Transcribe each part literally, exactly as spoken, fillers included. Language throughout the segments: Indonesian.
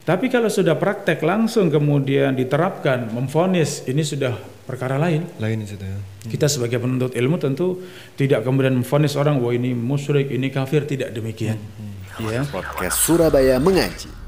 Tapi kalau sudah praktek langsung kemudian diterapkan, memvonis, ini sudah perkara lain. Lain Ustaz ya. Hmm. Kita sebagai penuntut ilmu tentu tidak kemudian memvonis orang, wah ini musyrik, ini kafir, tidak demikian. Hmm. Hmm. Ya. Podcast Surabaya Mengaji.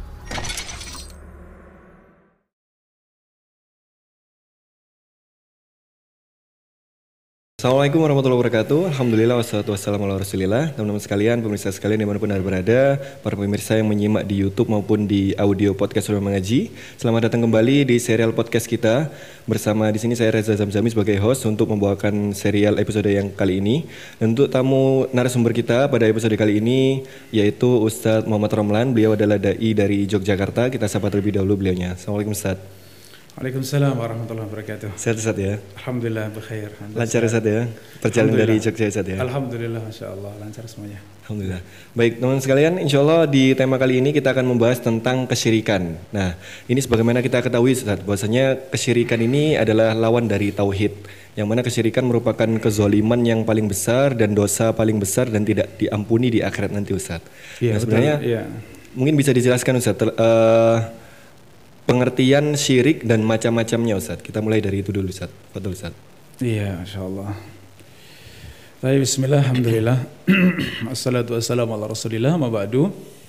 Assalamualaikum warahmatullahi wabarakatuh. Alhamdulillah wassalatu wassalamu ala rasulillah. Teman-teman sekalian, pemirsa sekalian dimanapun anda berada, para pemirsa yang menyimak di YouTube maupun di audio podcast Surabaya Mengaji, selamat datang kembali di serial podcast kita. Bersama di sini saya Reza Zamzami sebagai host untuk membawakan serial episode yang kali ini. Dan untuk tamu narasumber kita pada episode kali ini yaitu Ustadz Muhammad Romlan. Beliau adalah dai dari Yogyakarta. Kita sapa terlebih dahulu beliaunya. Assalamualaikum Ustadz. Waalaikumsalam warahmatullahi wabarakatuh. Sehat Ustaz ya? Alhamdulillah bekhair. Lancar Ustaz ya? Perjalanan dari Jogja Ustaz ya? Alhamdulillah, Masya Allah, lancar semuanya. Alhamdulillah. Baik teman-teman sekalian, insya Allah di tema kali ini kita akan membahas tentang kesyirikan. Nah, ini sebagaimana kita ketahui Ustaz, bahwasanya kesyirikan ini adalah lawan dari tauhid. Yang mana kesyirikan merupakan kezoliman yang paling besar dan dosa paling besar dan tidak diampuni di akhirat nanti Ustaz. Ya, nah sebenarnya ya. Mungkin bisa dijelaskan Ustaz, uh, pengertian syirik dan macam-macamnya Ustaz. Kita mulai dari itu dulu Ustaz. Fadhil Ustaz. Iya, insyaallah. Baik, bismillah, alhamdulillah. Assalatu wassalamu ala rasulillah, ma ba'du.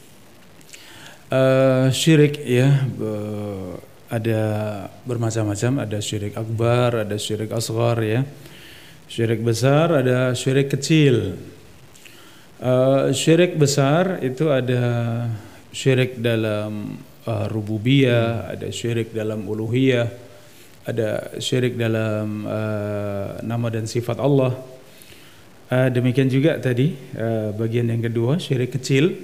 Uh, syirik ya, be- ada bermacam-macam, ada syirik akbar, ada syirik asghar ya. Syirik besar, ada syirik kecil. Uh, syirik besar itu ada syirik dalam Uh, rububiyah, ada syirik dalam uluhiyah, ada syirik dalam uh, nama dan sifat Allah. Uh, demikian juga tadi uh, bagian yang kedua syirik kecil.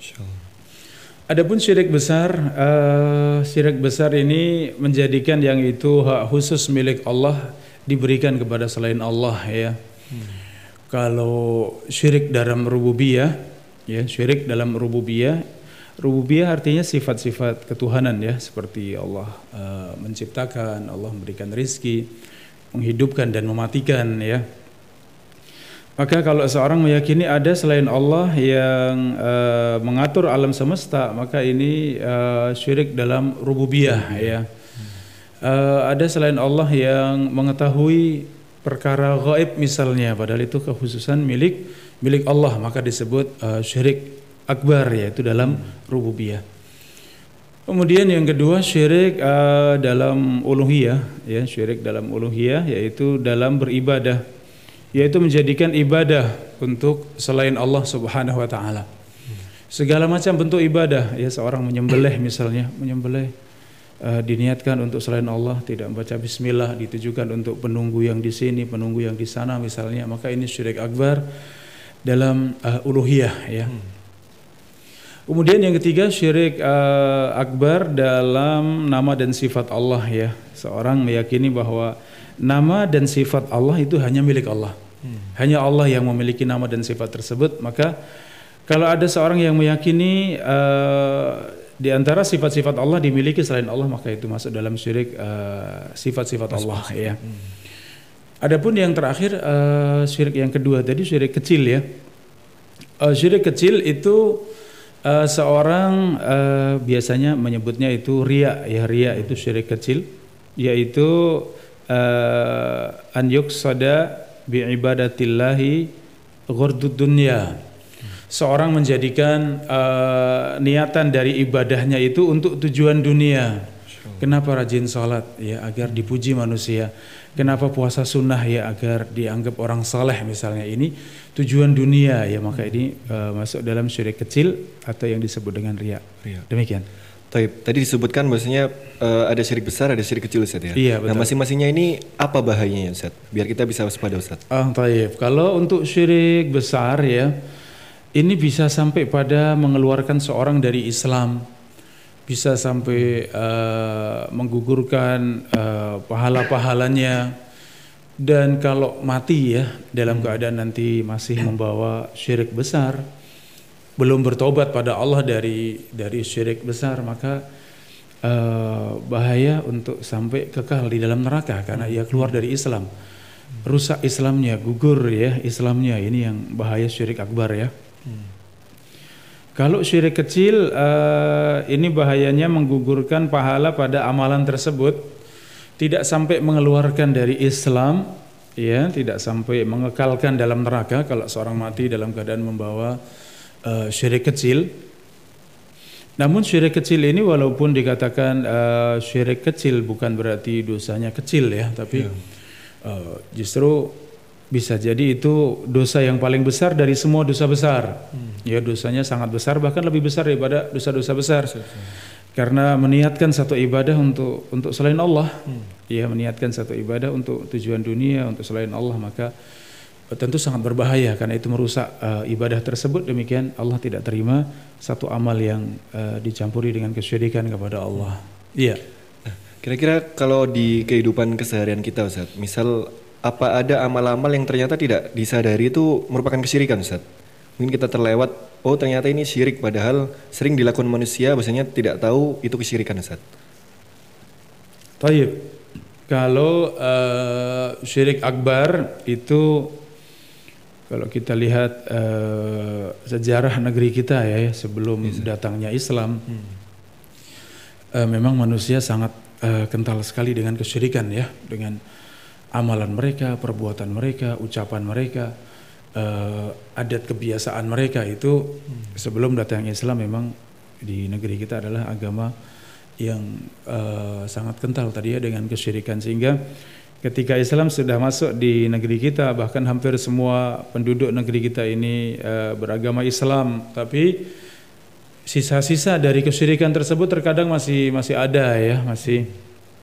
Adapun syirik besar, uh, syirik besar ini menjadikan yang itu hak khusus milik Allah diberikan kepada selain Allah ya. Hmm. Kalau syirik dalam rububiyah, ya syirik dalam rububiyah. Rububiyah artinya sifat-sifat ketuhanan ya, seperti Allah uh, menciptakan, Allah memberikan rizki, menghidupkan dan mematikan ya. Maka kalau seorang meyakini ada selain Allah yang uh, mengatur alam semesta, maka ini uh, syirik dalam rububiyah ya. Uh, ada selain Allah yang mengetahui perkara gaib misalnya, padahal itu kekhususan milik milik Allah, maka disebut uh, syirik akbar yaitu dalam rububiyah. Kemudian yang kedua syirik uh, dalam uluhiyah ya, syirik dalam uluhiyah yaitu dalam beribadah, yaitu menjadikan ibadah untuk selain Allah Subhanahu wa taala. Segala macam bentuk ibadah ya, seorang menyembelih misalnya, menyembelih uh, diniatkan untuk selain Allah, tidak membaca bismillah, ditujukan untuk penunggu yang di sini, penunggu yang di sana misalnya, maka ini syirik akbar dalam uh, uluhiyah ya. Hmm. Kemudian yang ketiga syirik uh, akbar dalam nama dan sifat Allah ya. Seorang meyakini bahwa nama dan sifat Allah itu hanya milik Allah. Hmm. Hanya Allah yang memiliki nama dan sifat tersebut. Maka kalau ada seorang yang meyakini uh, di antara sifat-sifat Allah dimiliki selain Allah, maka itu masuk dalam syirik uh, sifat-sifat Allah ya. Hmm. Adapun yang terakhir uh, syirik yang kedua tadi syirik kecil ya. Uh, syirik kecil itu Uh, seorang uh, biasanya menyebutnya itu riya ya, riya itu syirik kecil, yaitu uh, an yuqsada bi ibadatillahi ghardud dunya. Seorang menjadikan uh, niatan dari ibadahnya itu untuk tujuan dunia. Kenapa rajin sholat ya, agar dipuji manusia. Kenapa puasa sunnah ya, agar dianggap orang saleh misalnya. Ini tujuan dunia ya, maka ini uh, masuk dalam syirik kecil atau yang disebut dengan riya. Demikian. Taib. Tadi disebutkan bahwasanya uh, ada syirik besar, ada syirik kecil Ustaz ya. Iya, betul. Nah, masing-masingnya ini apa bahayanya Ustaz? Biar kita bisa waspada Ustaz. Ah, taib. Kalau untuk syirik besar ya, ini bisa sampai pada mengeluarkan seorang dari Islam. Bisa sampai uh, menggugurkan uh, pahala-pahalanya, dan kalau mati ya dalam keadaan nanti masih membawa syirik besar, belum bertobat pada Allah dari dari syirik besar, maka uh, bahaya untuk sampai kekal di dalam neraka karena ia keluar dari Islam, rusak Islamnya, gugur ya Islamnya. Ini yang bahaya syirik akbar ya. Kalau syirik kecil uh, ini bahayanya menggugurkan pahala pada amalan tersebut, tidak sampai mengeluarkan dari Islam, ya, tidak sampai mengekalkan dalam neraka kalau seorang mati dalam keadaan membawa uh, syirik kecil. Namun syirik kecil ini walaupun dikatakan uh, syirik kecil bukan berarti dosanya kecil ya, tapi yeah. uh, justru bisa jadi itu dosa yang paling besar dari semua dosa besar. Hmm. Ya, dosanya sangat besar, bahkan lebih besar daripada dosa-dosa besar. Besar, besar. Karena meniatkan satu ibadah untuk untuk selain Allah. Hmm. Ya, meniatkan satu ibadah untuk tujuan dunia, untuk selain Allah, maka tentu sangat berbahaya karena itu merusak uh, ibadah tersebut. Demikian Allah tidak terima satu amal yang uh, dicampuri dengan kesyirikan kepada Allah. Iya. Nah, kira-kira kalau di kehidupan keseharian kita, Ustaz, misal apa ada amal-amal yang ternyata tidak disadari itu merupakan kesyirikan, Ustaz? Mungkin kita terlewat, oh ternyata ini syirik, padahal sering dilakukan manusia, biasanya tidak tahu itu kesyirikan, Ustaz. Baik, kalau uh, syirik akbar itu, kalau kita lihat uh, sejarah negeri kita ya, sebelum yes, datangnya Islam, hmm. uh, memang manusia sangat uh, kental sekali dengan kesyirikan ya, dengan amalan mereka, perbuatan mereka, ucapan mereka, uh, adat kebiasaan mereka itu hmm. sebelum datangnya Islam memang di negeri kita adalah agama yang uh, sangat kental tadi ya dengan kesyirikan, sehingga ketika Islam sudah masuk di negeri kita, bahkan hampir semua penduduk negeri kita ini uh, beragama Islam, tapi sisa-sisa dari kesyirikan tersebut terkadang masih masih ada ya, masih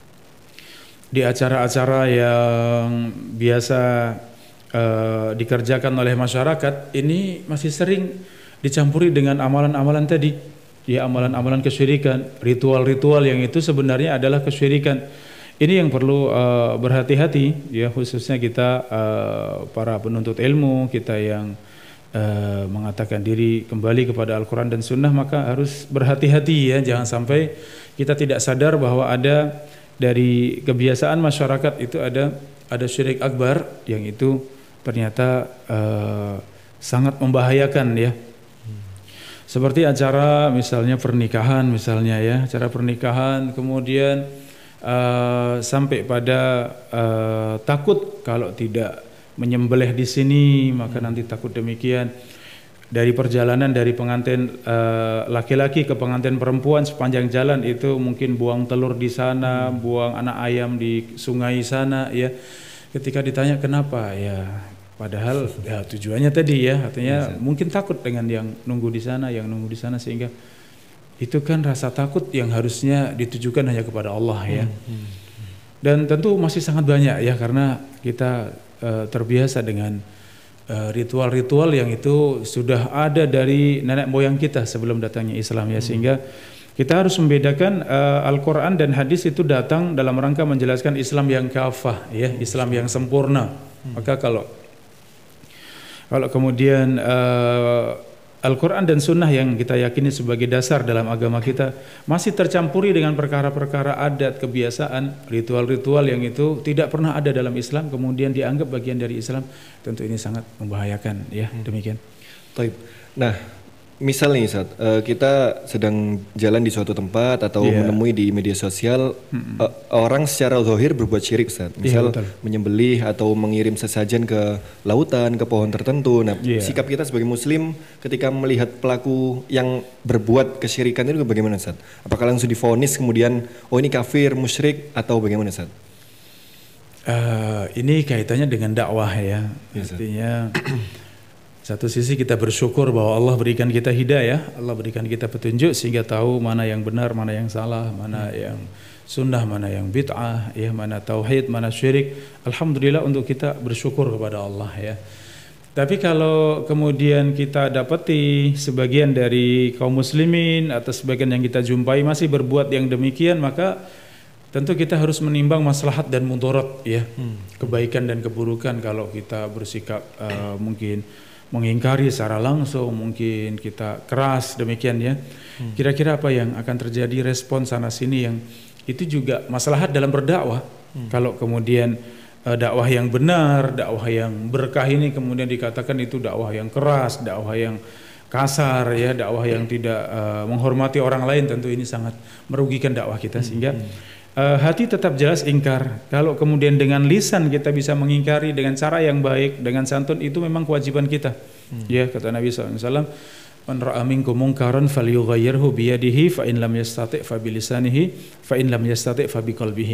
di acara-acara yang biasa uh, dikerjakan oleh masyarakat ini masih sering dicampuri dengan amalan-amalan tadi, ya, amalan-amalan kesyirikan, ritual-ritual yang itu sebenarnya adalah kesyirikan. Ini yang perlu uh, berhati-hati ya, khususnya kita uh, para penuntut ilmu, kita yang uh, mengatakan diri kembali kepada Al-Quran dan Sunnah, maka harus berhati-hati ya, jangan sampai kita tidak sadar bahwa ada dari kebiasaan masyarakat itu ada ada syirik akbar yang itu ternyata uh, sangat membahayakan ya. Seperti acara misalnya pernikahan misalnya ya, acara pernikahan kemudian uh, sampai pada uh, takut kalau tidak menyembelih di sini maka nanti takut demikian. Dari perjalanan dari pengantin laki-laki uh, ke pengantin perempuan, sepanjang jalan itu mungkin buang telur di sana, hmm. buang anak ayam di sungai sana ya. Ketika ditanya kenapa ya, padahal ya tujuannya tadi ya, artinya Bisa. mungkin takut dengan yang nunggu di sana, yang nunggu di sana, sehingga itu kan rasa takut yang harusnya ditujukan hanya kepada Allah ya. Hmm. Hmm. Dan tentu masih sangat banyak ya, karena kita uh, terbiasa dengan ritual-ritual yang itu sudah ada dari nenek moyang kita sebelum datangnya Islam ya, sehingga kita harus membedakan uh, Al-Quran dan hadis itu datang dalam rangka menjelaskan Islam yang kafah ya, Islam yang sempurna. Maka kalau kalau kemudian uh, Al-Quran dan Sunnah yang kita yakini sebagai dasar dalam agama kita masih tercampuri dengan perkara-perkara adat, kebiasaan, ritual-ritual yang itu tidak pernah ada dalam Islam, kemudian dianggap bagian dari Islam, tentu ini sangat membahayakan ya. hmm. Demikian. Taib. Nah, misalnya Ustaz, uh, kita sedang jalan di suatu tempat atau yeah. menemui di media sosial hmm. uh, orang secara zahir berbuat syirik, Ustaz. Misal yeah, menyembelih atau mengirim sesajen ke lautan, ke pohon tertentu. Nah, yeah. sikap kita sebagai muslim ketika melihat pelaku yang berbuat kesyirikan itu bagaimana, Ustaz? Apakah langsung divonis kemudian oh ini kafir, musyrik, atau bagaimana, Ustaz? Uh, ini kaitannya dengan dakwah ya. Yes, artinya satu sisi kita bersyukur bahwa Allah berikan kita hidayah, Allah berikan kita petunjuk sehingga tahu mana yang benar, mana yang salah, mana yang sunnah, mana yang bid'ah, ya, mana tauhid, mana syirik. Alhamdulillah untuk kita bersyukur kepada Allah ya. Tapi kalau kemudian kita dapati sebagian dari kaum muslimin atau sebagian yang kita jumpai masih berbuat yang demikian, maka tentu kita harus menimbang maslahat dan mudarat ya, hmm. kebaikan dan keburukan. Kalau kita bersikap uh, mungkin mengingkari secara langsung, mungkin kita keras demikian ya. Kira-kira apa yang akan terjadi, respon sana sini yang itu juga maslahat dalam berdakwah. Hmm. Kalau kemudian uh, dakwah yang benar, dakwah yang berkah ini kemudian dikatakan itu dakwah yang keras, dakwah yang kasar ya, dakwah yang tidak uh, menghormati orang lain, tentu ini sangat merugikan dakwah kita. Sehingga uh, hati tetap jelas ingkar. Kalau kemudian dengan lisan kita bisa mengingkari dengan cara yang baik, dengan santun, itu memang kewajiban kita. Hmm. Ya, kata Nabi shallallahu alaihi wasallam, man ra'a minkum munkaran falyughayyirhu biyadihi fa in lam yastati' fa bilisanihi fa in lam yastati' fa biqalbihi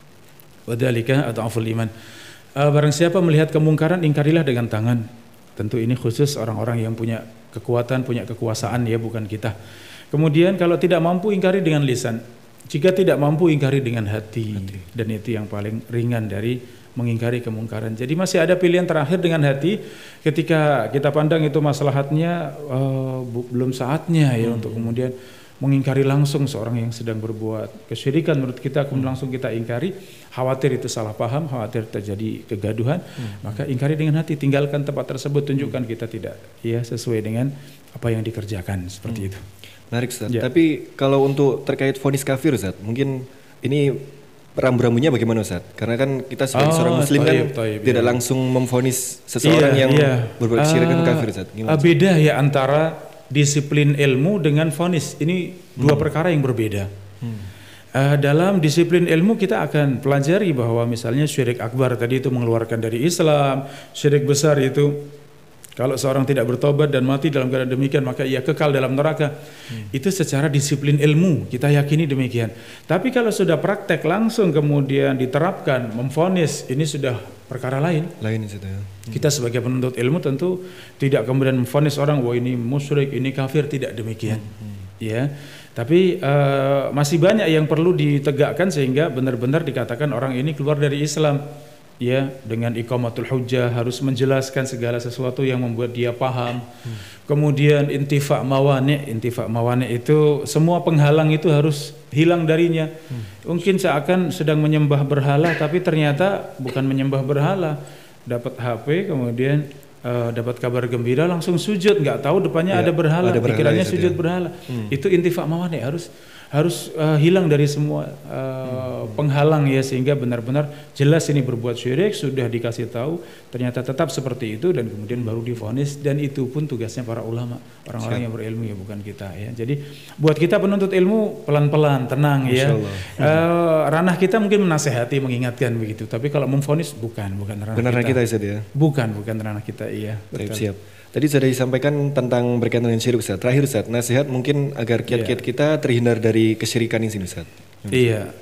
wa dzalika adhaful iman. Uh, barang siapa melihat kemungkaran, ingkarilah dengan tangan. Tentu ini khusus orang-orang yang punya kekuatan, punya kekuasaan ya, bukan kita. Kemudian kalau tidak mampu, ingkari dengan lisan. Jika tidak mampu, ingkari dengan hati. hati. Dan itu yang paling ringan dari mengingkari kemungkaran. Jadi masih ada pilihan terakhir dengan hati. Ketika kita pandang itu maslahatnya uh, belum saatnya ya hmm. untuk kemudian mengingkari langsung seorang yang sedang berbuat kesyirikan, menurut kita kemudian langsung kita ingkari, khawatir itu salah paham, khawatir terjadi kegaduhan, hmm. maka ingkari dengan hati, tinggalkan tempat tersebut, tunjukkan kita tidak ya sesuai dengan apa yang dikerjakan, seperti hmm. itu. Menarik Ustaz. Ya. Tapi kalau untuk terkait vonis kafir Ustaz, mungkin ini rambu-rambunya bagaimana Ustaz? Karena kan kita sebagai oh, seorang muslim taib, kan taib, tidak ya. langsung memvonis seseorang iya, yang iya. berbuat kesyirikan uh, kafir Ustaz. Gimana, Ustaz? Beda ya antara disiplin ilmu dengan vonis, ini dua hmm. perkara yang berbeda. Hmm. Uh, dalam disiplin ilmu kita akan pelajari bahwa misalnya syirik akbar tadi itu mengeluarkan dari Islam, syirik besar itu kalau seorang tidak bertobat dan mati dalam keadaan demikian maka ia kekal dalam neraka. Hmm. Itu secara disiplin ilmu kita yakini demikian. Tapi kalau sudah praktek langsung kemudian diterapkan memvonis, ini sudah perkara lain. Lain itu ya. Hmm. Kita sebagai penuntut ilmu tentu tidak kemudian memvonis orang wah ini musyrik, ini kafir, tidak demikian. Hmm. Hmm. Ya. Tapi uh, masih banyak yang perlu ditegakkan sehingga benar-benar dikatakan orang ini keluar dari Islam. Ya, dengan iqamatul hujjah, harus menjelaskan segala sesuatu yang membuat dia paham. Hmm. Kemudian intifa mawani, intifa mawani itu semua penghalang itu harus hilang darinya. Hmm. Mungkin seakan sedang menyembah berhala tapi ternyata bukan menyembah berhala. Dapat H P kemudian uh, dapat kabar gembira langsung sujud, nggak tahu depannya ya, ada berhala, ada berhala pikirannya sujud ya. berhala. Hmm. Itu intifa mawani, harus harus uh, hilang dari semua uh, hmm. penghalang ya, sehingga benar-benar jelas ini berbuat syirik, sudah dikasih tahu ternyata tetap seperti itu dan kemudian baru divonis, dan itu pun tugasnya para ulama, orang-orang yang berilmu ya, bukan kita ya. Jadi buat kita penuntut ilmu pelan-pelan, tenang ya. Uh, ranah kita mungkin menasehati, mengingatkan begitu, tapi kalau memvonis bukan, bukan ranah Benar kita. kita ya? Bukan, bukan ranah kita iya. Betul. Siap. Tadi sudah disampaikan tentang berkaitan dengan syirik Ustaz. Terakhir Ustaz, nasihat mungkin agar kiat-kiat yeah. kita terhindar dari kesyirikan ini Ustaz. Iya,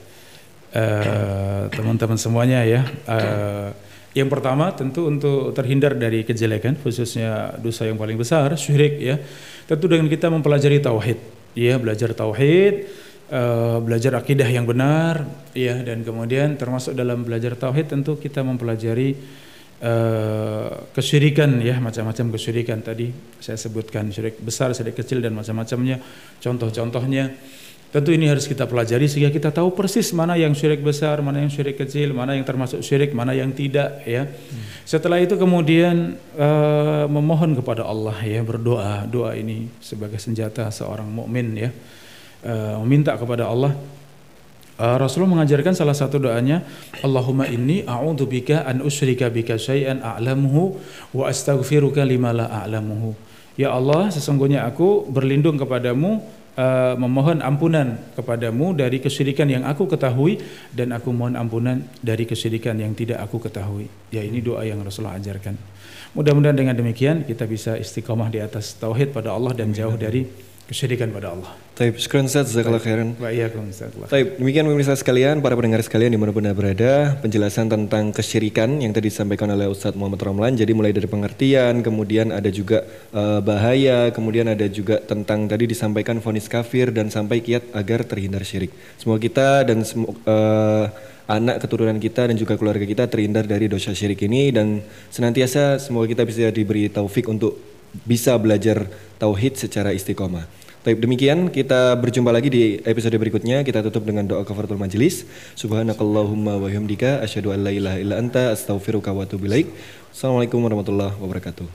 uh, teman-teman semuanya ya. Uh, yang pertama tentu untuk terhindar dari kejelekan, khususnya dosa yang paling besar, syirik ya. Tentu dengan kita mempelajari tauhid, ya, belajar tauhid, uh, belajar akidah yang benar, ya, dan kemudian termasuk dalam belajar tauhid tentu kita mempelajari Uh, kesyirikan ya, macam-macam kesyirikan tadi saya sebutkan, syirik besar, syirik kecil dan macam-macamnya, contoh-contohnya. Tentu ini harus kita pelajari sehingga kita tahu persis mana yang syirik besar, mana yang syirik kecil, mana yang termasuk syirik, mana yang tidak ya. Hmm. Setelah itu kemudian uh, memohon kepada Allah ya, berdoa. Doa ini sebagai senjata seorang mukmin ya, uh, meminta kepada Allah. Uh, Rasulullah mengajarkan salah satu doanya, Allahumma inni a'udzubika an usyrika bika syai'an a'lamuhu wa astaghfiruka lima la a'lamuhu. Ya Allah, sesungguhnya aku berlindung kepadamu, uh, memohon ampunan kepadamu dari kesyirikan yang aku ketahui, dan aku mohon ampunan dari kesyirikan yang tidak aku ketahui. Ya, ini doa yang Rasulullah ajarkan. Mudah-mudahan dengan demikian kita bisa istiqomah di atas tauhid pada Allah dan jauh dari kesyirikan pada Allah. Taib, syukran Ustaz, jazakallah khairan. Waalaikumsalam. Taib, demikian pemirsa sekalian, para pendengar sekalian dimanapun Anda berada, penjelasan tentang kesyirikan yang tadi disampaikan oleh Ustaz Muhammad Romlan. Jadi mulai dari pengertian, kemudian ada juga uh, bahaya, kemudian ada juga tentang tadi disampaikan vonis kafir dan sampai kiat agar terhindar syirik. Semoga kita dan uh, anak keturunan kita dan juga keluarga kita terhindar dari dosa syirik ini, dan senantiasa semoga kita bisa diberi taufik untuk bisa belajar tauhid secara istiqomah. Baik, demikian kita berjumpa lagi di episode berikutnya. Kita tutup dengan doa kafaratul majelis. Subhanakallahumma wa bihamdika asyhadu an la ilaha illa anta astaghfiruka wa atubu ilaik. Assalamualaikum warahmatullahi wabarakatuh.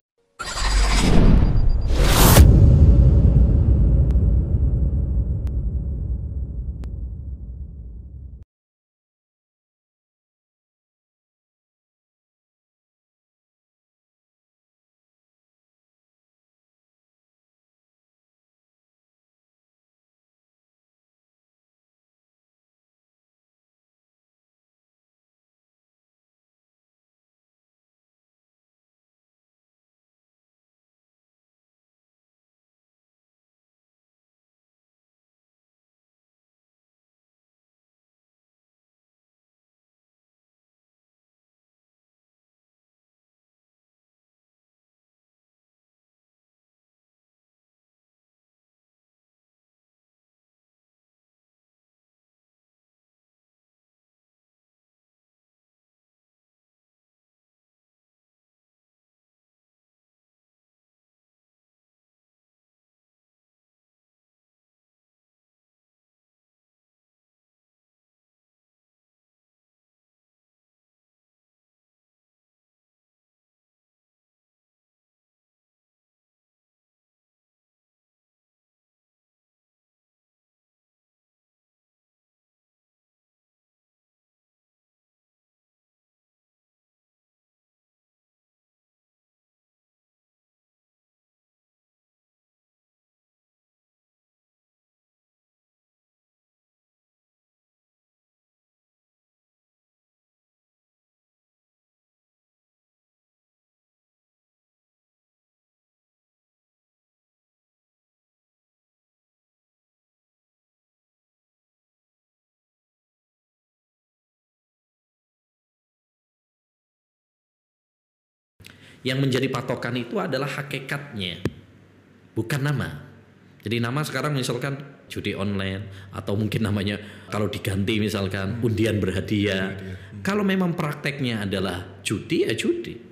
Yang menjadi patokan itu adalah hakikatnya, bukan nama. Jadi nama sekarang misalkan judi online, atau mungkin namanya kalau diganti misalkan undian berhadiah. Kalau memang prakteknya adalah judi, ya judi.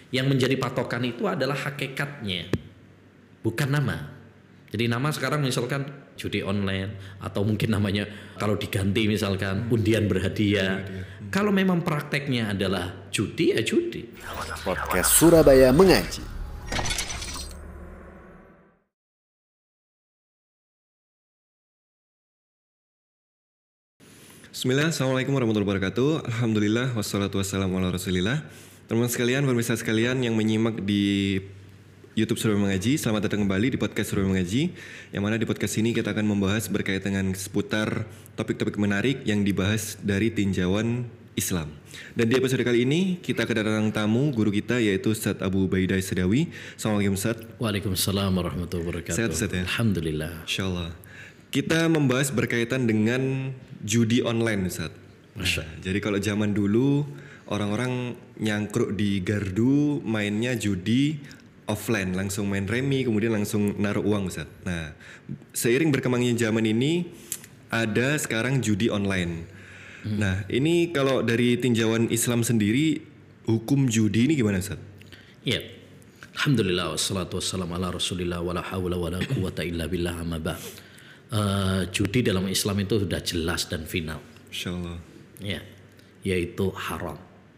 Yang menjadi patokan itu adalah hakikatnya, bukan nama. Jadi nama sekarang misalkan judi online atau mungkin namanya kalau diganti misalkan undian berhadiah. Hmm. Kalau memang prakteknya adalah judi ya judi. Podcast Surabaya Mengaji. Bismillah, Assalamualaikum warahmatullahi wabarakatuh. Alhamdulillah, wassalatu wassalamu ala rasulillah. Teman-teman sekalian, pemirsa sekalian yang menyimak di YouTube Surabaya Mengaji, selamat datang kembali di podcast Surabaya Mengaji. Yang mana di podcast ini kita akan membahas berkaitan dengan seputar topik-topik menarik yang dibahas dari tinjauan Islam. Dan di episode kali ini kita kedatangan tamu guru kita yaitu Ustadz Abu Ubaidah Sedawi. Assalamualaikum Ustadz. Waalaikumsalam warahmatullahi wabarakatuh. Sehat Ustadz ya? Alhamdulillah. Insyaallah. Kita membahas berkaitan dengan judi online Ustadz. Nah, jadi kalau zaman dulu orang-orang nyangkruk di gardu mainnya judi offline, langsung main remi kemudian langsung naruh uang Ustadz. Nah, seiring berkembangnya zaman ini ada sekarang judi online. Hmm. Nah, ini kalau dari tinjauan Islam sendiri hukum judi ini gimana Ustadz? Iya. Alhamdulillah wassalatu wassalamu ala rasulillah wala hawla wala quwata illa billah amma ba'd. Uh, judi dalam Islam itu sudah jelas dan final. Insyaallah. Ya, yaitu haram.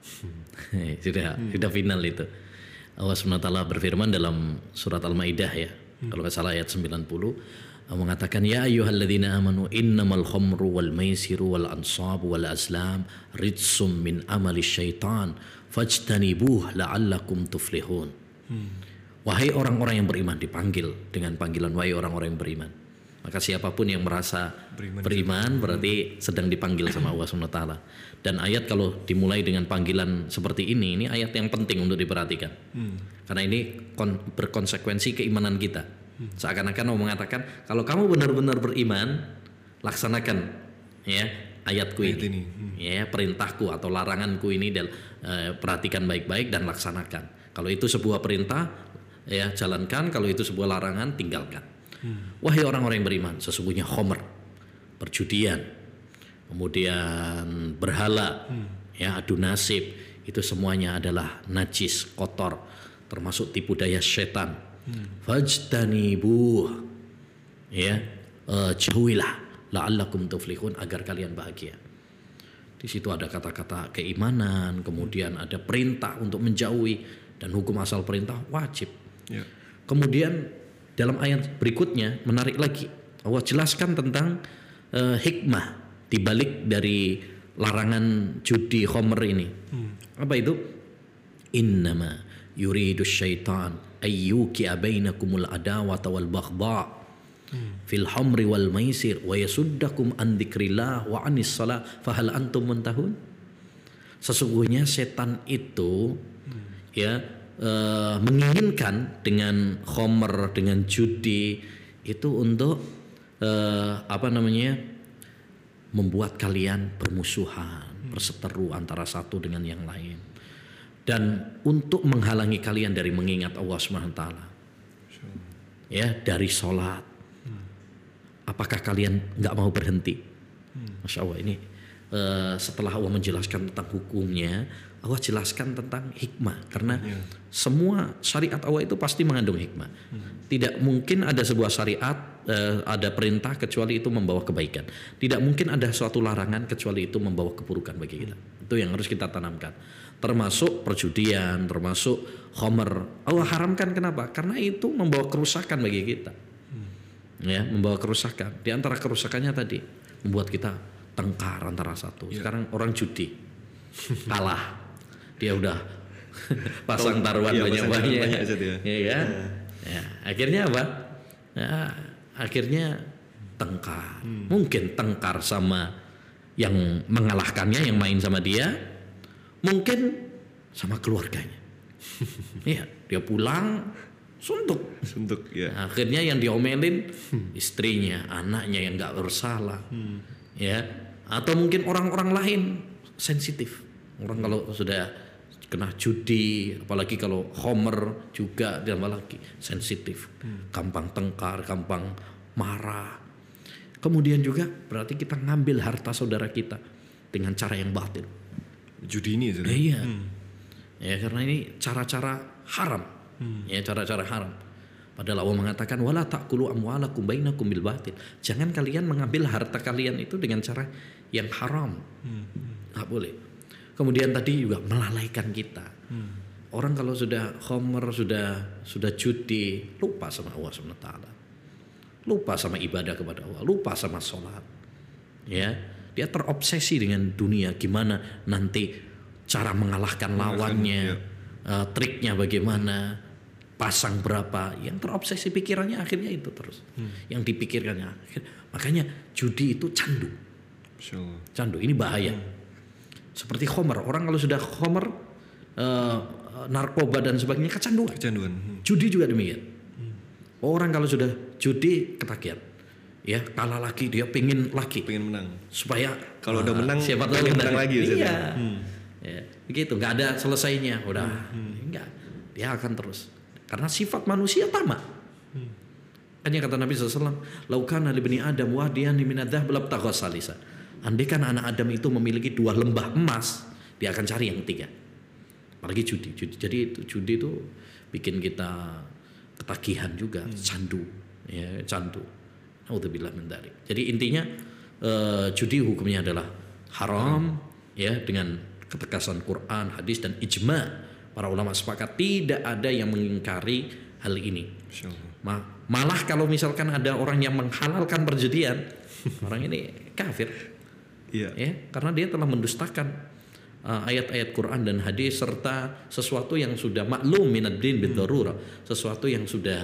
Hmm. sudah hmm. sudah final itu. Allah subhanahu wa taala berfirman dalam surat Al-Maidah ya, hmm. kalau nggak salah ayat sembilan puluh mengatakan ya ayyuhalladzina amanu innamal khamru wal maisiru wal ansabu wal azlam rijsum min amali syaitan fajtanibuh la'allakum tuflihun. Hmm. Wahai orang-orang yang beriman, dipanggil dengan panggilan wahai orang-orang yang beriman. Maka siapapun yang merasa beriman, beriman berarti sedang dipanggil sama Allah subhanahu wa taala. Dan ayat kalau dimulai dengan panggilan seperti ini, ini ayat yang penting untuk diperhatikan. Hmm. Karena ini kon- berkonsekuensi keimanan kita. Hmm. Seakan-akan mau mengatakan kalau kamu benar-benar beriman, laksanakan ya ayatku ayat ini, ini. Hmm. ya perintahku atau laranganku ini dan uh, perhatikan baik-baik dan laksanakan. Kalau itu sebuah perintah, ya jalankan. Kalau itu sebuah larangan, tinggalkan. Hmm. Wahai orang-orang yang beriman, sesungguhnya khomer, perjudian, kemudian berhala, hmm. ya adu nasib, itu semuanya adalah najis, kotor, termasuk tipu daya setan. Hmm. Fajtanibuh, ya uh, jauhilah, la'allakum tuflihun, agar kalian bahagia. Di situ ada kata-kata keimanan, kemudian ada perintah untuk menjauhi, dan hukum asal perintah wajib. Yeah. Kemudian dalam ayat berikutnya menarik lagi, Allah jelaskan tentang uh, hikmah dibalik dari larangan judi khomer ini. Hmm. Apa itu? Innama yuridu syaitan ayyuki'a bainakumul adawata wal baghdha hmm. fil khamri wal maisir wa yasuddakum an dzikrillah wa anis shalah fahal antum muntahun. Sesungguhnya setan itu hmm. ya Uh, menginginkan dengan khomer, dengan judi itu untuk uh, apa namanya membuat kalian bermusuhan, hmm. berseteru antara satu dengan yang lain, dan untuk menghalangi kalian dari mengingat Allah subhanahu wa taala, sure. ya dari sholat. Hmm. Apakah kalian nggak mau berhenti? Hmm. Masya Allah, ini uh, setelah Allah menjelaskan tentang hukumnya, Allah jelaskan tentang hikmah, karena yeah. semua syariat Allah itu pasti mengandung hikmah. Hmm. Tidak mungkin ada sebuah syariat, eh, ada perintah kecuali itu membawa kebaikan. Tidak mungkin ada suatu larangan kecuali itu membawa keburukan bagi kita. Hmm. Itu yang harus kita tanamkan. Termasuk perjudian, termasuk khomer. Allah haramkan kenapa? Karena itu membawa kerusakan bagi kita. Hmm. Ya, membawa kerusakan. Di antara kerusakannya tadi membuat kita tengkar antara satu. Yeah. Sekarang orang judi kalah. Dia udah pasang taruhan iya, banyak-banyak, banyak ya, ya kan? Ya, akhirnya apa? Ya, akhirnya tengkar. Hmm. Mungkin tengkar sama yang mengalahkannya, yang main sama dia, mungkin sama keluarganya. Iya, dia pulang suntuk. Suntuk, ya. Nah, akhirnya yang diomelin hmm. istrinya, anaknya yang nggak bersalah, hmm. ya. Atau mungkin orang-orang lain sensitif. Orang hmm. kalau sudah kena judi, apalagi kalau khomer juga, dan apalagi sensitif, hmm. gampang tengkar, gampang marah. Kemudian juga berarti kita ngambil harta saudara kita dengan cara yang batil. Judi ini, eh, iya. Hmm. Ya, karena ini cara-cara haram. Hmm. Ya, cara-cara haram. Padahal Allah mengatakan wala ta'kulu amwalakum bainakum bil batil. Jangan kalian mengambil harta kalian itu dengan cara yang haram. Hmm. Nggak boleh. Kemudian tadi juga melalaikan kita. Hmm. Orang kalau sudah khamr, sudah sudah judi, lupa sama Allah subhanahu wa taala. Lupa sama ibadah kepada Allah, lupa sama sholat. Ya, dia terobsesi dengan dunia, gimana nanti cara mengalahkan lawannya, ya. uh, triknya bagaimana, pasang berapa, yang terobsesi pikirannya akhirnya itu terus, hmm. yang dipikirkannya. Makanya judi itu candu, sure. candu ini bahaya. Hmm. Seperti khomer, orang kalau sudah khomer, uh, narkoba dan sebagainya kecanduan. Kecanduan. Hmm. Judi juga demikian. Hmm. Orang kalau sudah judi ketagihan, ya kalah lagi dia pengen lagi, pengen menang. Supaya kalau uh, udah menang, siapa tahu menang, menang lagi. Iya. Hmm. Ya, begitu, nggak ada selesainya, udah, hmm. enggak, dia akan terus. Karena sifat manusia tamak. Hmm. Hanya kata Nabi shallallahu alaihi wasallam, "Laukana li bani Adam wadiyan min adh-dhahab labtagha salisa." Andaikan anak Adam itu memiliki dua lembah emas, dia akan cari yang ketiga. Apalagi judi. judi. Jadi itu, judi itu bikin kita ketagihan juga, hmm. candu, ya candu. Naudzubillah min dzalik. Jadi intinya uh, judi hukumnya adalah haram, hmm. ya dengan ketegasan Quran, hadis dan ijma. Para ulama sepakat tidak ada yang mengingkari hal ini. Ma malah kalau misalkan ada orang yang menghalalkan perjudian, orang ini kafir. Yeah. Ya, karena dia telah mendustakan uh, ayat-ayat Quran dan hadis serta sesuatu yang sudah maklum minad din bid-darurah, hmm. sesuatu yang sudah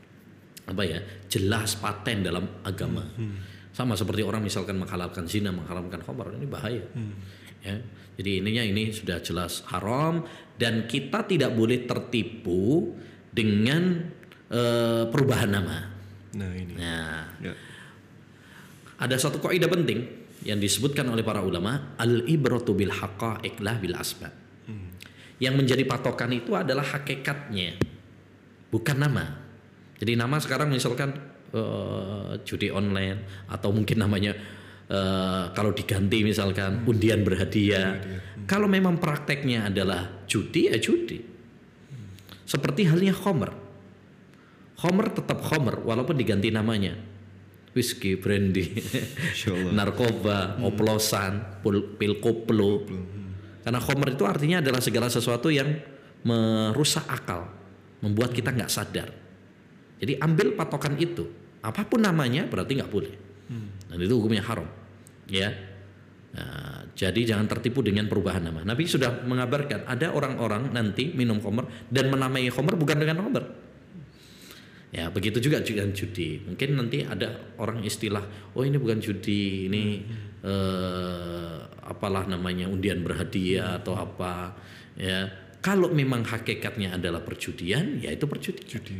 apa ya, jelas paten dalam agama. Hmm. Sama seperti orang misalkan menghalalkan zina, mengharamkan khamr, ini bahaya. Hmm. Ya. Jadi ininya ini sudah jelas haram dan kita tidak boleh tertipu dengan uh, perubahan nama. Nah ini. Nah, ya. Ada satu kaidah penting yang disebutkan oleh para ulama, al-ibratu bil haqa'iq la bil asbab. Hmm. Yang menjadi patokan itu adalah hakikatnya, bukan nama. Jadi nama sekarang misalkan uh, judi online atau mungkin namanya uh, kalau diganti misalkan hmm. undian berhadiah. Hmm. Kalau memang prakteknya adalah judi ya judi. Hmm. Seperti halnya khamr. Khamr tetap khamr walaupun diganti namanya. Whisky, brandy, narkoba, hmm. oplosan, pil koplo. Hmm. Karena khamr itu artinya adalah segala sesuatu yang merusak akal, membuat kita nggak sadar. Jadi ambil patokan itu, apapun namanya berarti nggak boleh. Hmm. Dan itu hukumnya haram. Ya, nah, jadi jangan tertipu dengan perubahan nama. Nabi sudah mengabarkan ada orang-orang nanti minum khamr dan menamai khamr bukan dengan khamr. Ya begitu juga dengan judi. Mungkin nanti ada orang istilah, oh ini bukan judi, ini hmm. eh, apalah namanya undian berhadiah hmm. atau apa. Ya kalau memang hakikatnya adalah perjudian, ya itu perjudian. Judi.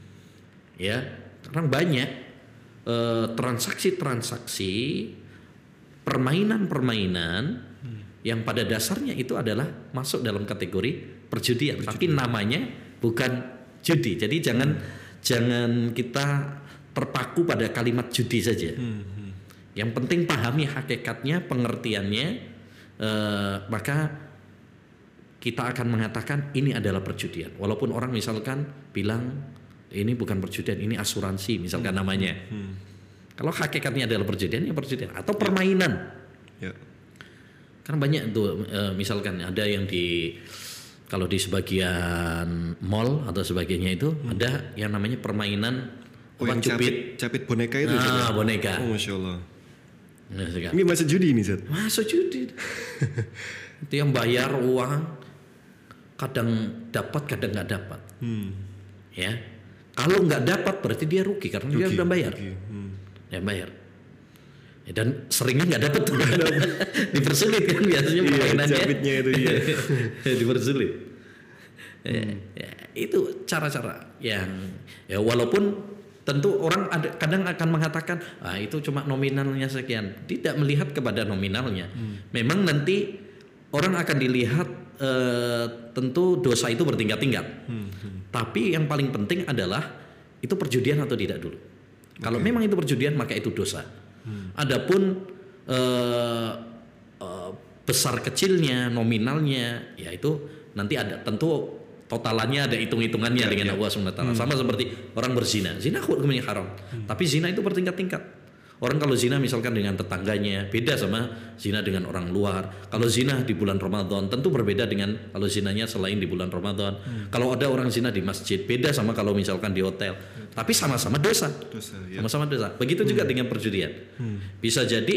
Ya karena banyak eh, transaksi-transaksi, permainan-permainan hmm. yang pada dasarnya itu adalah masuk dalam kategori perjudian, perjudian. Tapi namanya bukan judi. Jadi jangan hmm. Jangan kita terpaku pada kalimat judi saja. Hmm, hmm. Yang penting pahami hakikatnya, pengertiannya, eh, maka kita akan mengatakan ini adalah perjudian. Walaupun orang misalkan bilang ini bukan perjudian, ini asuransi misalkan hmm, namanya. Hmm. Kalau hakikatnya adalah perjudian, ya perjudian atau permainan. Ya. Karena banyak tuh, eh, misalkan ada yang di kalau di sebagian mall atau sebagainya itu hmm. ada yang namanya permainan oh, yang capit, capit boneka itu. Ah, boneka. Oh, Masya Allah. Nah, ini masuk judi ini, Zat? Masuk judi. Itu yang bayar uang, kadang dapat, kadang nggak dapat. Hmm. Ya, kalau nggak dapat berarti dia rugi karena rugi, dia sudah bayar. Hmm. Dia bayar. Ya, dan seringnya nggak dapat tuh, dipersulit kan biasanya permainannya. Capitnya itu dia. Dipersulit. Hmm. Ya, ya, itu cara-cara yang ya walaupun tentu orang ada, kadang akan mengatakan ah itu cuma nominalnya sekian, tidak melihat kepada nominalnya. Hmm. Memang nanti orang akan dilihat eh, tentu dosa itu bertingkat-tingkat. Hmm. Hmm. Tapi yang paling penting adalah itu perjudian atau tidak dulu. Okay. Kalau memang itu perjudian maka itu dosa. Hmm. Adapun uh, uh, besar kecilnya, nominalnya, ya itu nanti ada tentu totalannya ada hitung-hitungannya ya, dengan ya. Allah subhanahu wa taala. Sama seperti orang berzina. Zina hukumnya haram. Hmm. Tapi zina itu bertingkat-tingkat. Orang kalau zina misalkan dengan tetangganya beda sama zina dengan orang luar. Kalau zina di bulan Ramadan tentu berbeda dengan kalau zinanya selain di bulan Ramadan. Hmm. Kalau ada orang zina di masjid beda sama kalau misalkan di hotel. Hmm. Tapi sama-sama dosa. dosa ya. Sama-sama dosa. Begitu hmm. juga dengan perjudian. Hmm. Bisa jadi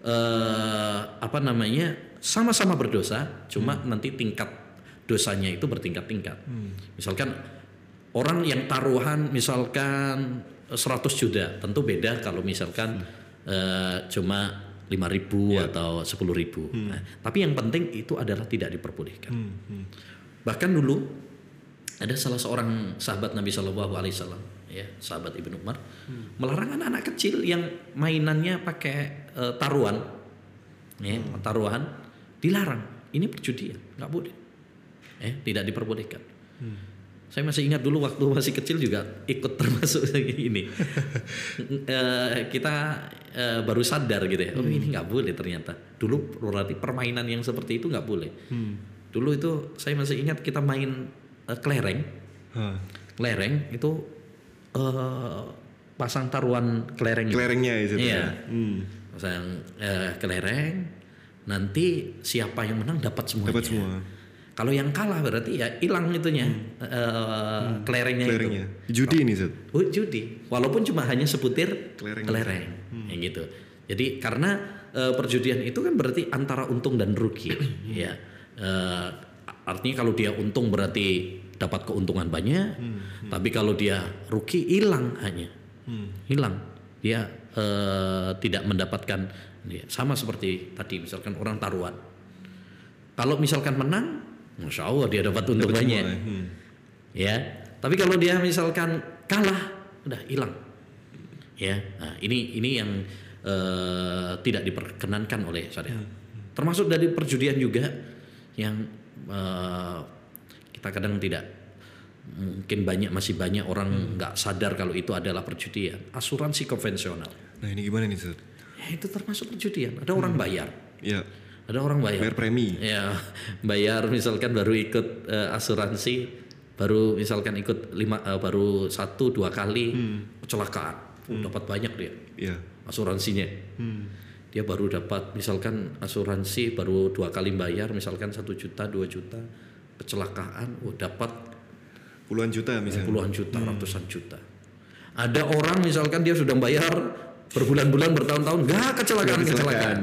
eh, apa namanya sama-sama berdosa, cuma hmm. nanti tingkat dosanya itu bertingkat-tingkat. Hmm. Misalkan orang yang taruhan misalkan seratus juta tentu beda kalau misalkan hmm. uh, cuma lima ribu ya. Atau sepuluh ribu. Hmm. Nah, tapi yang penting itu adalah tidak diperbolehkan. Hmm. Hmm. Bahkan dulu ada salah seorang sahabat Nabi Shallallahu Alaihi Wasallam, ya sahabat Ibnu Umar, hmm. melarang anak-anak kecil yang mainannya pakai uh, taruhan, ya hmm. taruhan dilarang. Ini perjudian, nggak boleh, eh tidak diperbolehkan. Hmm. Saya masih ingat dulu waktu masih kecil juga ikut termasuk ini. e, kita e, baru sadar gitu ya. Oh hmm. ini nggak boleh ternyata. Dulu berarti permainan yang seperti itu nggak boleh. Hmm. Dulu itu saya masih ingat kita main e, kelereng. Huh. Kelereng itu e, pasang taruhan kelereng. Kelerengnya itu. Iya. Hmm. Pasang e, kelereng. Nanti siapa yang menang dapat semuanya. Dapat semua. Kalau yang kalah berarti ya hilang itunya hmm. uh, hmm. kelerengnya, kelerengnya itu. Judi ini Zat? Oh, judi. Walaupun cuma hanya sebutir kelereng, kelereng. Hmm. Yang gitu. Jadi karena uh, perjudian itu kan berarti antara untung dan rugi. Ya. Uh, artinya kalau dia untung berarti dapat keuntungan banyak. Hmm. Hmm. Tapi kalau dia rugi hilang hanya. Hmm. Hilang. Dia uh, tidak mendapatkan ya, sama seperti tadi misalkan orang taruhan. Kalau misalkan menang Masya Allah dia dapat untung dapat banyak, hmm. ya. Tapi kalau dia misalkan kalah, udah hilang, ya. Nah, ini ini yang uh, tidak diperkenankan oleh syariat. Hmm. Termasuk dari perjudian juga yang uh, kita kadang tidak, mungkin banyak masih banyak orang nggak hmm. sadar kalau itu adalah perjudian. Asuransi konvensional. Nah ini gimana nih Zat? Ya, itu termasuk perjudian. Ada hmm. orang bayar. Ya. Ada orang bayar. Bayar premi. Ya, bayar misalkan baru ikut uh, asuransi, baru misalkan ikut lima, uh, baru satu dua kali hmm. kecelakaan, hmm. dapat banyak dia. Yeah. Asuransinya. Hmm. Dia baru dapat misalkan asuransi baru dua kali bayar, misalkan satu juta, dua juta, kecelakaan, oh, dapat puluhan juta misalnya. Puluhan juta, hmm. ratusan juta. Ada orang misalkan dia sudah bayar berbulan-bulan, bertahun-tahun, nggak kecelakaan, kecelakaan.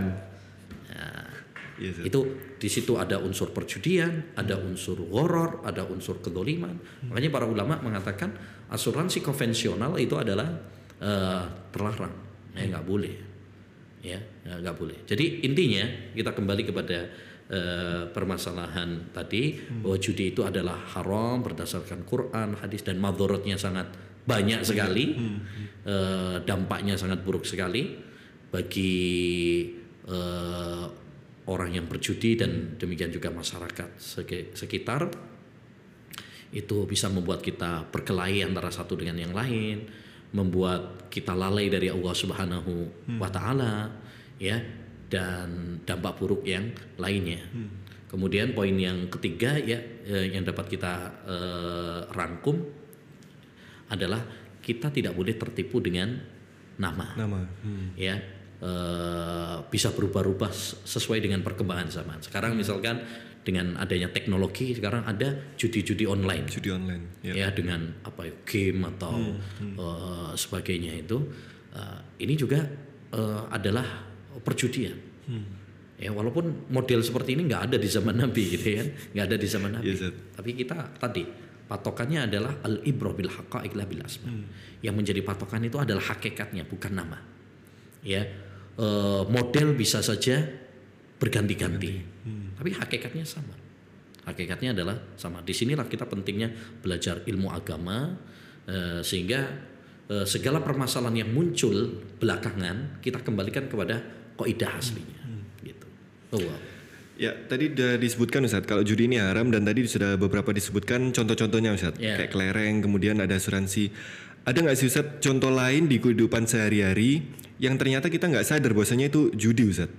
Yes, itu di situ ada unsur perjudian, ada unsur horor, ada unsur kedoliman. Hmm. Makanya para ulama mengatakan asuransi konvensional itu adalah uh, terlarang, ya nggak boleh, ya nggak boleh. Jadi intinya kita kembali kepada uh, permasalahan tadi hmm. bahwa judi itu adalah haram berdasarkan Quran, hadis dan madharatnya sangat banyak sekali, hmm. uh, dampaknya sangat buruk sekali bagi uh, orang yang berjudi dan demikian juga masyarakat sekitar. Itu bisa membuat kita berkelahi antara satu dengan yang lain, membuat kita lalai dari Allah Subhanahu hmm. wa taala, ya, dan dampak buruk yang lainnya. Hmm. Kemudian poin yang ketiga ya yang dapat kita eh, rangkum adalah kita tidak boleh tertipu dengan nama. Nama. Hmm. Ya. Uh, bisa berubah-ubah sesuai dengan perkembangan zaman. Sekarang misalkan dengan adanya teknologi, sekarang ada judi-judi online. Judi online. Yep. Ya dengan apa ya, game atau hmm, hmm. Uh, sebagainya itu. Uh, ini juga uh, adalah perjudian. Hmm. Ya walaupun model seperti ini nggak ada di zaman Nabi gitu kan, nggak ada di zaman Nabi. Yes, tapi kita tadi patokannya adalah al-ibrah bil haqa'iq la bil asma. Hmm. Yang menjadi patokan itu adalah hakikatnya, bukan nama. Ya. Uh, model bisa saja berganti-ganti, hmm. tapi hakikatnya sama. Hakikatnya adalah sama. Disinilah kita pentingnya belajar ilmu agama uh, sehingga uh, segala permasalahan yang muncul belakangan kita kembalikan kepada kaidah aslinya. Hmm. Gitu. Oh, wow. Ya tadi sudah disebutkan Ustadz kalau judi ini haram dan tadi sudah beberapa disebutkan contoh-contohnya Ustadz yeah. kayak kelereng, kemudian ada asuransi. Ada nggak sih Ustadz contoh lain di kehidupan sehari-hari yang ternyata kita nggak sadar bahwasanya itu judi Ustadz?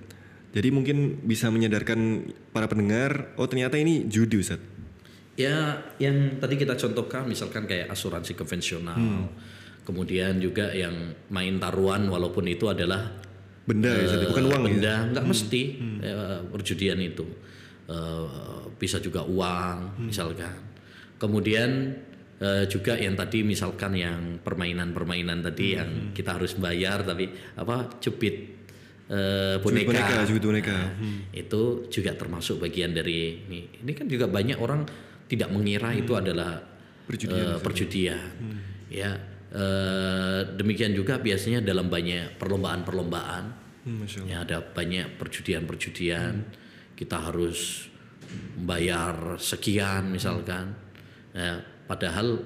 Jadi mungkin bisa menyadarkan para pendengar, oh ternyata ini judi Ustaz. Ya, yang tadi kita contohkan misalkan kayak asuransi konvensional, hmm. kemudian juga yang main taruhan walaupun itu adalah benda, uh, ya, bukan uang. Benda, ya? nggak hmm. mesti hmm. uh, perjudian itu uh, bisa juga uang, hmm. misalkan. Kemudian uh, juga yang tadi misalkan yang permainan-permainan tadi hmm. yang kita harus bayar tapi apa cubit uh, boneka, boneka, cubit boneka. Nah, hmm. itu juga termasuk bagian dari ini. Ini kan juga banyak orang tidak mengira hmm. itu adalah perjudian. Uh, perjudian. Hmm. Ya, uh, demikian juga biasanya dalam banyak perlombaan-perlombaan. Hmm, ya ada banyak perjudian-perjudian. Hmm. Kita harus membayar sekian misalkan. Hmm. Ya, padahal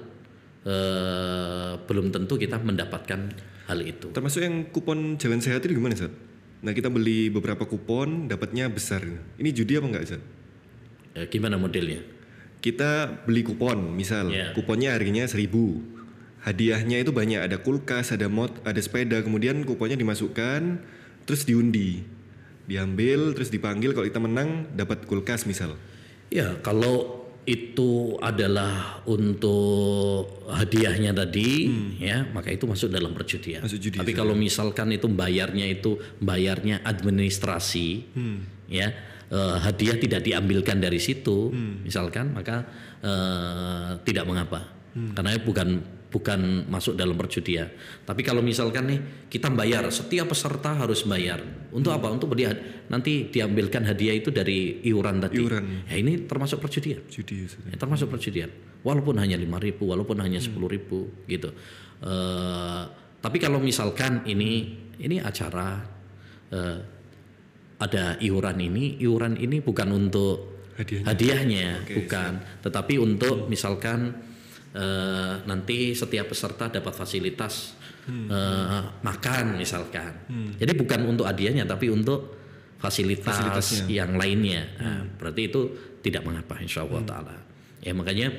eh, belum tentu kita mendapatkan hal itu. Termasuk yang kupon jalan sehat itu gimana Zat? Nah kita beli beberapa kupon dapatnya besar. Ini judi apa enggak Zat? Eh, gimana modelnya? Kita beli kupon, misal yeah. kuponnya harganya seribu. Hadiahnya itu banyak, ada kulkas, ada mod, ada sepeda. Kemudian kuponnya dimasukkan, terus diundi, diambil, terus dipanggil. Kalau kita menang dapat kulkas misal. Ya kalau itu adalah untuk hadiahnya tadi hmm. ya maka itu masuk dalam perjudian. Masuk judi, tapi kalau misalkan itu bayarnya itu bayarnya administrasi hmm. ya eh, hadiah tidak diambilkan dari situ hmm. misalkan maka eh, tidak mengapa hmm. karena bukan bukan masuk dalam perjudian. Tapi kalau misalkan nih kita bayar, setiap peserta harus bayar. Untuk hmm. apa? Untuk berhadiah. Nanti diambilkan hadiah itu dari iuran tadi. Iuran. Ya ini termasuk perjudian. Judi. Ya, termasuk perjudian. Walaupun hanya lima ribu, walaupun hanya sepuluh ribu hmm. gitu. Uh, tapi kalau misalkan ini ini acara uh, ada iuran ini, iuran ini bukan untuk hadiahnya, hadiahnya okay, bukan, siap. Tetapi untuk hmm. misalkan Uh, nanti setiap peserta dapat fasilitas hmm. uh, makan misalkan. Hmm. Jadi bukan untuk hadiahnya tapi untuk fasilitas yang lainnya. Hmm. Nah, berarti itu tidak mengapa insyaallah hmm. taala. Ya makanya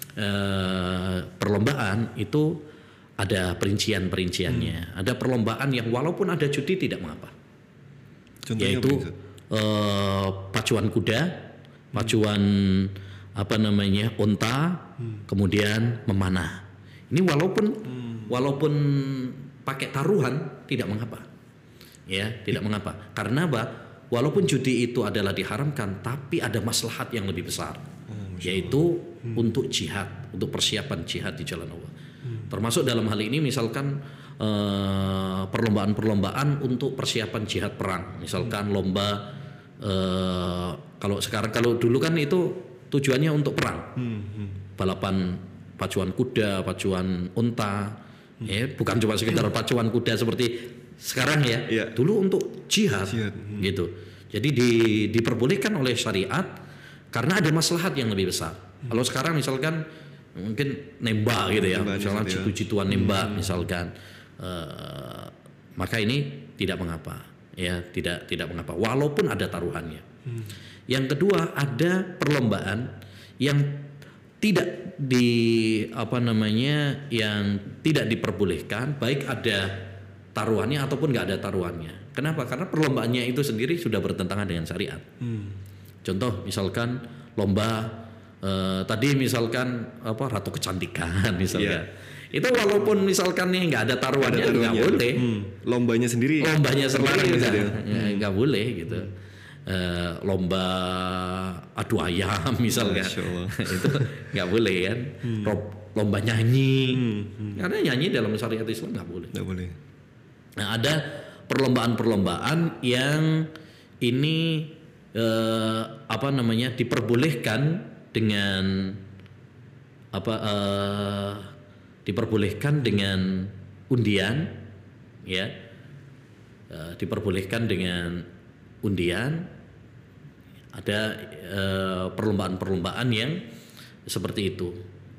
uh, perlombaan itu ada perincian-perinciannya. Hmm. Ada perlombaan yang walaupun ada judi tidak mengapa. Contohnya yaitu uh, pacuan kuda, pacuan hmm. apa namanya unta, hmm. kemudian memanah. Ini walaupun hmm. walaupun pakai taruhan tidak mengapa, ya tidak mengapa. Karena apa? Walaupun judi itu adalah diharamkan, tapi ada maslahat yang lebih besar, oh, yaitu hmm. untuk jihad, untuk persiapan jihad di jalan Allah. Hmm. Termasuk dalam hal ini misalkan eh, perlombaan-perlombaan untuk persiapan jihad perang, misalkan hmm. lomba eh, kalau sekarang kalau dulu kan itu tujuannya untuk perang, hmm, hmm. balapan pacuan kuda, pacuan unta, hmm. ya bukan cuma sekedar pacuan kuda seperti sekarang ya. ya. Dulu untuk jihad, jihad. Hmm. gitu. Jadi di, diperbolehkan oleh syariat karena ada maslahat yang lebih besar. Hmm. Kalau sekarang misalkan mungkin nembak gitu ya, nembak misalkan jitu-jituan nembak hmm. misalkan, uh, maka ini tidak mengapa, ya tidak tidak mengapa. Walaupun ada taruhannya. Hmm. Yang kedua ada perlombaan yang tidak di apa namanya yang tidak diperbolehkan baik ada taruhannya ataupun nggak ada taruhannya. Kenapa? Karena perlombaannya itu sendiri sudah bertentangan dengan syariat. Hmm. Contoh misalkan lomba eh, tadi misalkan apa ratu kecantikan misalkan. Yeah. Itu walaupun misalkan nih nggak ada taruhannya nggak boleh. Hmm. Lombanya sendiri. Lombanya sendiri nggak hmm. boleh gitu. Uh, lomba adu ayam misalnya itu nggak boleh kan. hmm. Lomba nyanyi hmm. Hmm. karena nyanyi dalam syariat Islam nggak boleh. Nggak boleh. Nah ada perlombaan-perlombaan yang ini uh, apa namanya diperbolehkan dengan apa uh, diperbolehkan dengan undian ya uh, diperbolehkan dengan undian. Ada eh, perlombaan-perlombaan yang seperti itu.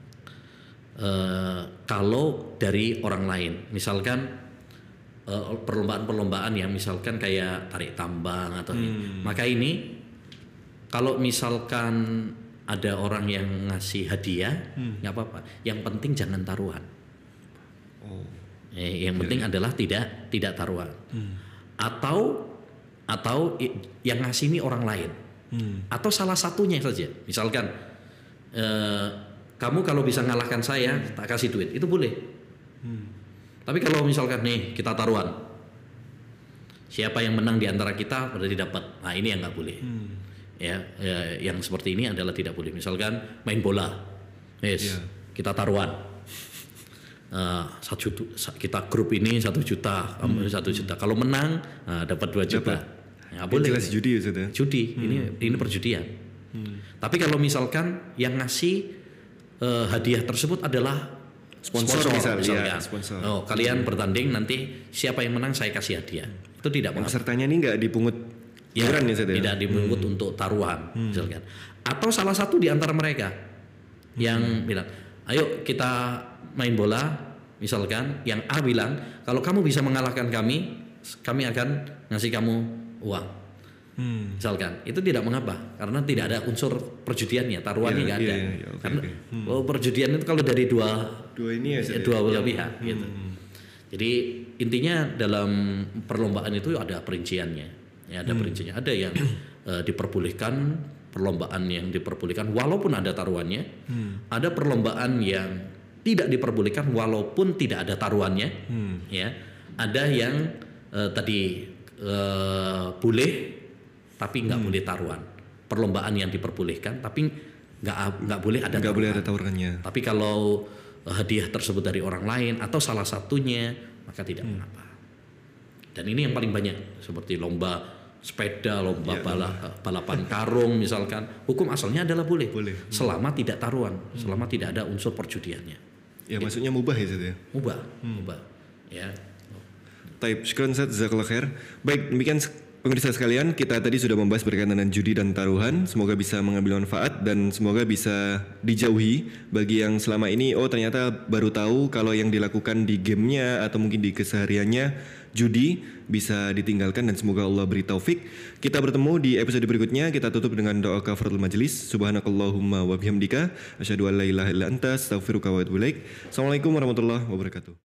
Eh, kalau dari orang lain, misalkan eh, perlombaan-perlombaan yang misalkan kayak tarik tambang atau hmm. ini, maka ini kalau misalkan ada orang yang ngasih hadiah, nggak hmm. apa-apa. Yang penting jangan taruhan. Oh. Eh, yang penting ya. adalah tidak tidak taruhan. Hmm. Atau atau yang ngasih ini orang lain, hmm. atau salah satunya saja. Misalkan eh, kamu kalau bisa ngalahkan saya, tak kasih duit, itu boleh. Hmm. Tapi kalau misalkan nih kita taruhan, siapa yang menang di antara kita berarti dapat. Nah ini yang nggak boleh. Hmm. Ya, ya, yang seperti ini adalah tidak boleh. Misalkan main bola, yes, yeah. kita taruhan. Uh, satu kita grup ini satu juta, kamu hmm. satu juta. Kalau menang uh, dapat dua juta. Ya, boleh. Jelas judi ya, ya? Judi. Hmm. Ini ini perjudian. Hmm. Tapi kalau misalkan yang ngasih uh, hadiah tersebut adalah sponsor, sponsor misal, misalnya. Ya, sponsor. Oh, kalian hmm. bertanding nanti siapa yang menang saya kasih hadiah. Itu tidak mengapa. Pesertanya ini nggak dipungut ya, iuran ya, ya? Tidak dipungut hmm. untuk taruhan, hmm. misalkan. Atau salah satu di antara mereka hmm. yang bilang, ayo kita main bola, misalkan yang A bilang kalau kamu bisa mengalahkan kami, kami akan ngasih kamu uang, hmm. misalkan. Itu tidak mengapa karena tidak ada unsur perjudiannya, taruhannya nggak yeah, ada. Yeah, yeah, okay, karena okay. Hmm. Oh, perjudian itu kalau dari dua dua ini ya, dua belah ya. pihak, hmm. gitu. Jadi intinya dalam perlombaan itu ada perinciannya, ya ada hmm. perinciannya. Ada yang uh, diperbolehkan, perlombaan yang diperbolehkan walaupun ada taruhannya, hmm. ada perlombaan yang tidak diperbolehkan walaupun tidak ada taruhannya, hmm. ya. Ada yang uh, tadi uh, boleh tapi nggak hmm. boleh taruhan. Perlombaan yang diperbolehkan tapi nggak nggak boleh ada nggak boleh ada taruhannya. Tapi kalau uh, hadiah tersebut dari orang lain atau salah satunya maka tidak hmm. mengapa. Dan ini yang paling banyak seperti lomba sepeda, lomba ya, bala, balapan karung misalkan, hukum asalnya adalah boleh, boleh. Hmm. selama tidak taruhan, hmm. selama tidak ada unsur perjudiannya. Ya gitu. Maksudnya mubah ya Zat ya? Mubah, hmm. mubah. Ya. Taib, syukran Zat, jazakallah khair. Baik, demikian pemirsa sekalian, kita tadi sudah membahas berkaitan dengan judi dan taruhan. Semoga bisa mengambil manfaat dan semoga bisa dijauhi bagi yang selama ini oh ternyata baru tahu kalau yang dilakukan di gamenya atau mungkin di kesehariannya judi, bisa ditinggalkan dan semoga Allah beri taufik. Kita bertemu di episode berikutnya. Kita tutup dengan doa kafaratul majelis. Subhanakallahumma wa bihamdika asyhadu an la ilaha illa anta astaghfiruka wa atubu ilaik. Assalamualaikum warahmatullahi wabarakatuh.